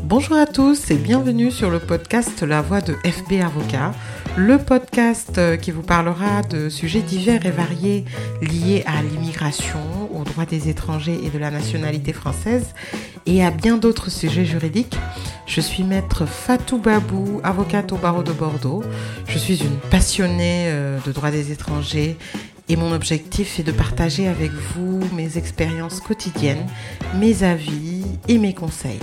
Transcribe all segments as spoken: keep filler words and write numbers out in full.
Bonjour à tous et bienvenue sur le podcast La Voix de F B Avocat, le podcast qui vous parlera de sujets divers et variés liés à l'immigration, aux droits des étrangers et de la nationalité française et à bien d'autres sujets juridiques. Je suis maître Fatou Babou, avocate au barreau de Bordeaux. Je suis une passionnée de droits des étrangers et mon objectif est de partager avec vous mes expériences quotidiennes, mes avis et mes conseils.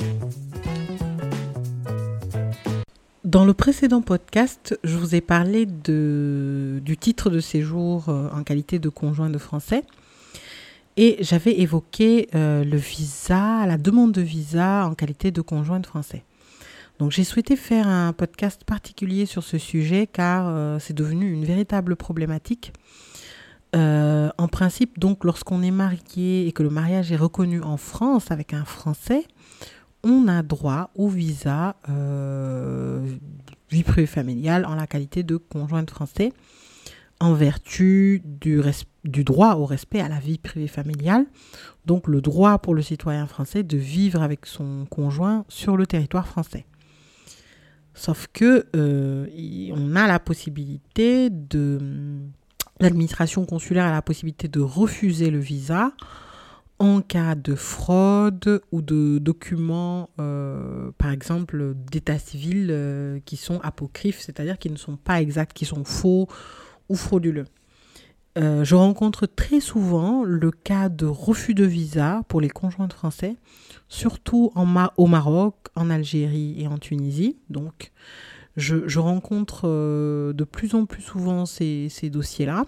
Dans le précédent podcast, je vous ai parlé de, du titre de séjour en qualité de conjoint de français et j'avais évoqué euh, le visa, la demande de visa en qualité de conjoint de français. Donc j'ai souhaité faire un podcast particulier sur ce sujet car euh, c'est devenu une véritable problématique. Euh, en principe, donc, lorsqu'on est marié et que le mariage est reconnu en France avec un Français, on a droit au visa euh, vie privée familiale en la qualité de conjoint français en vertu du, res- du droit au respect à la vie privée familiale, donc le droit pour le citoyen français de vivre avec son conjoint sur le territoire français. Sauf que euh, on a la possibilité de... L'administration consulaire a la possibilité de refuser le visa en cas de fraude ou de documents, euh, par exemple, d'état civil euh, qui sont apocryphes, c'est-à-dire qui ne sont pas exacts, qui sont faux ou frauduleux. Euh, je rencontre très souvent le cas de refus de visa pour les conjoints français, surtout en Ma- au Maroc, en Algérie et en Tunisie. Donc, je, je rencontre euh, de plus en plus souvent ces, ces dossiers-là.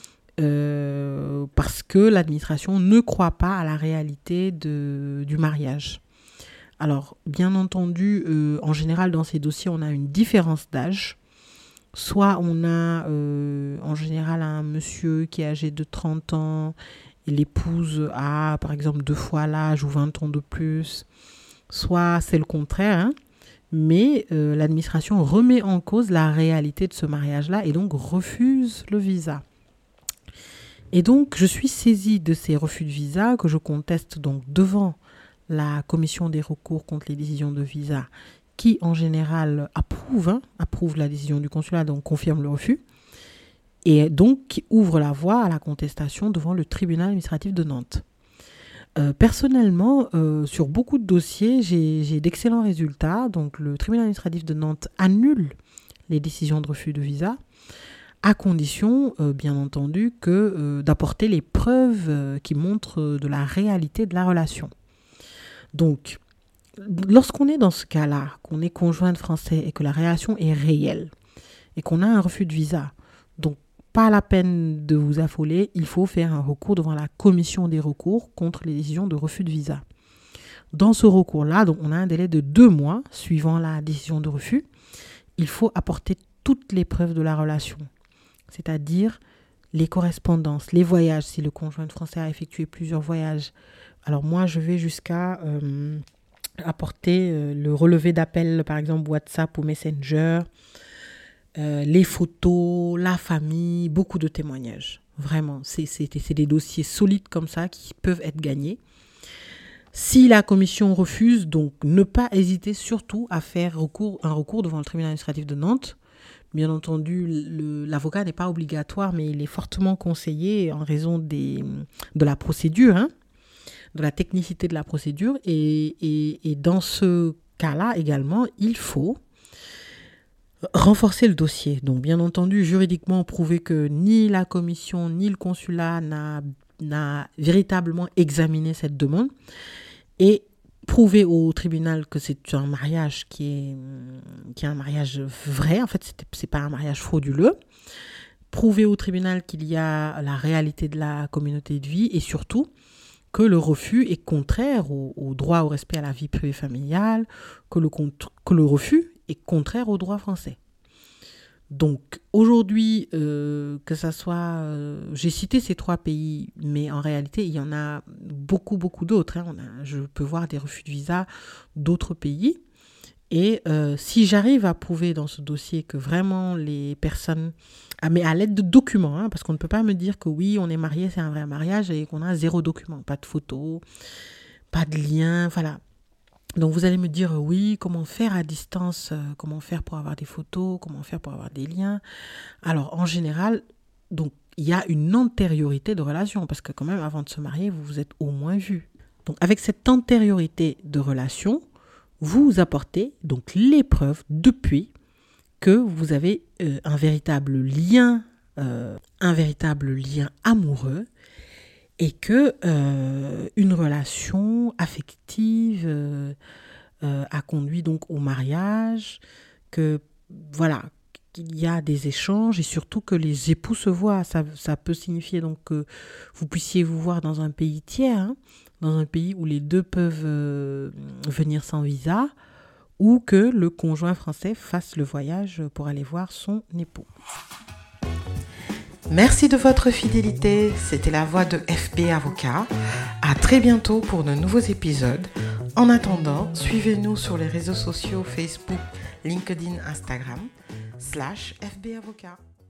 Euh, parce que l'administration ne croit pas à la réalité de, du mariage. Alors, bien entendu, euh, en général, dans ces dossiers, on a une différence d'âge. Soit on a, euh, en général, un monsieur qui est âgé de trente ans et l'épouse a, par exemple, deux fois l'âge ou vingt ans de plus. Soit c'est le contraire, hein. Mais euh, l'administration remet en cause la réalité de ce mariage-là et donc refuse le visa. Et donc, je suis saisie de ces refus de visa que je conteste donc devant la commission des recours contre les décisions de visa qui, en général, approuve, hein, approuve la décision du consulat, donc confirme le refus, et donc qui ouvre la voie à la contestation devant le tribunal administratif de Nantes. Euh, personnellement, euh, sur beaucoup de dossiers, j'ai, j'ai d'excellents résultats. Donc, le tribunal administratif de Nantes annule les décisions de refus de visa, à condition, euh, bien entendu, que, euh, d'apporter les preuves euh, qui montrent euh, de la réalité de la relation. Donc, lorsqu'on est dans ce cas-là, qu'on est conjoint de français et que la relation est réelle et qu'on a un refus de visa, donc pas la peine de vous affoler, il faut faire un recours devant la commission des recours contre les décisions de refus de visa. Dans ce recours-là, donc on a un délai de deux mois suivant la décision de refus. Il faut apporter toutes les preuves de la relation. C'est-à-dire les correspondances, les voyages, si le conjoint français a effectué plusieurs voyages. Alors moi, je vais jusqu'à euh, apporter euh, le relevé d'appel, par exemple WhatsApp ou Messenger, euh, les photos, la famille, beaucoup de témoignages. Vraiment, c'est, c'est, c'est des dossiers solides comme ça qui peuvent être gagnés. Si la commission refuse, donc ne pas hésiter surtout à faire recours, un recours devant le tribunal administratif de Nantes. Bien entendu, le, l'avocat n'est pas obligatoire, mais il est fortement conseillé en raison des, de la procédure, hein, de la technicité de la procédure. Et, et, et dans ce cas-là également, il faut renforcer le dossier. Donc, bien entendu, juridiquement prouver que ni la commission ni le consulat n'a, n'a véritablement examiné cette demande et prouver au tribunal que c'est un mariage qui est, qui est un mariage vrai, en fait, c'est, c'est pas un mariage frauduleux. Prouver au tribunal qu'il y a la réalité de la communauté de vie et surtout que le refus est contraire au, au droit au respect à la vie privée familiale, que le, que le refus est contraire au droit français. Donc aujourd'hui, euh, que ça soit, euh, j'ai cité ces trois pays, mais en réalité, il y en a beaucoup, beaucoup d'autres. Hein. On a, je peux voir des refus de visa d'autres pays. Et euh, si j'arrive à prouver dans ce dossier que vraiment les personnes, ah, mais à l'aide de documents, hein, parce qu'on ne peut pas me dire que oui, on est marié, c'est un vrai mariage et qu'on a zéro document, pas de photo, pas de lien, voilà. Donc vous allez me dire, oui, comment faire à distance, euh, comment faire pour avoir des photos, comment faire pour avoir des liens. Alors en général, donc il y a une antériorité de relation, parce que quand même avant de se marier, vous vous êtes au moins vus. Donc avec cette antériorité de relation, vous apportez donc les preuves depuis que vous avez euh, un véritable lien, euh, un véritable lien amoureux, et que euh, une relation affective euh, euh, a conduit donc au mariage, que voilà, qu'il y a des échanges et surtout que les époux se voient. Ça, ça peut signifier donc que vous puissiez vous voir dans un pays tiers, hein, dans un pays où les deux peuvent euh, venir sans visa, ou que le conjoint français fasse le voyage pour aller voir son époux. Merci de votre fidélité, c'était la voix de F B Avocat. À très bientôt pour de nouveaux épisodes. En attendant, suivez-nous sur les réseaux sociaux Facebook, LinkedIn, Instagram, slash F B Avocat.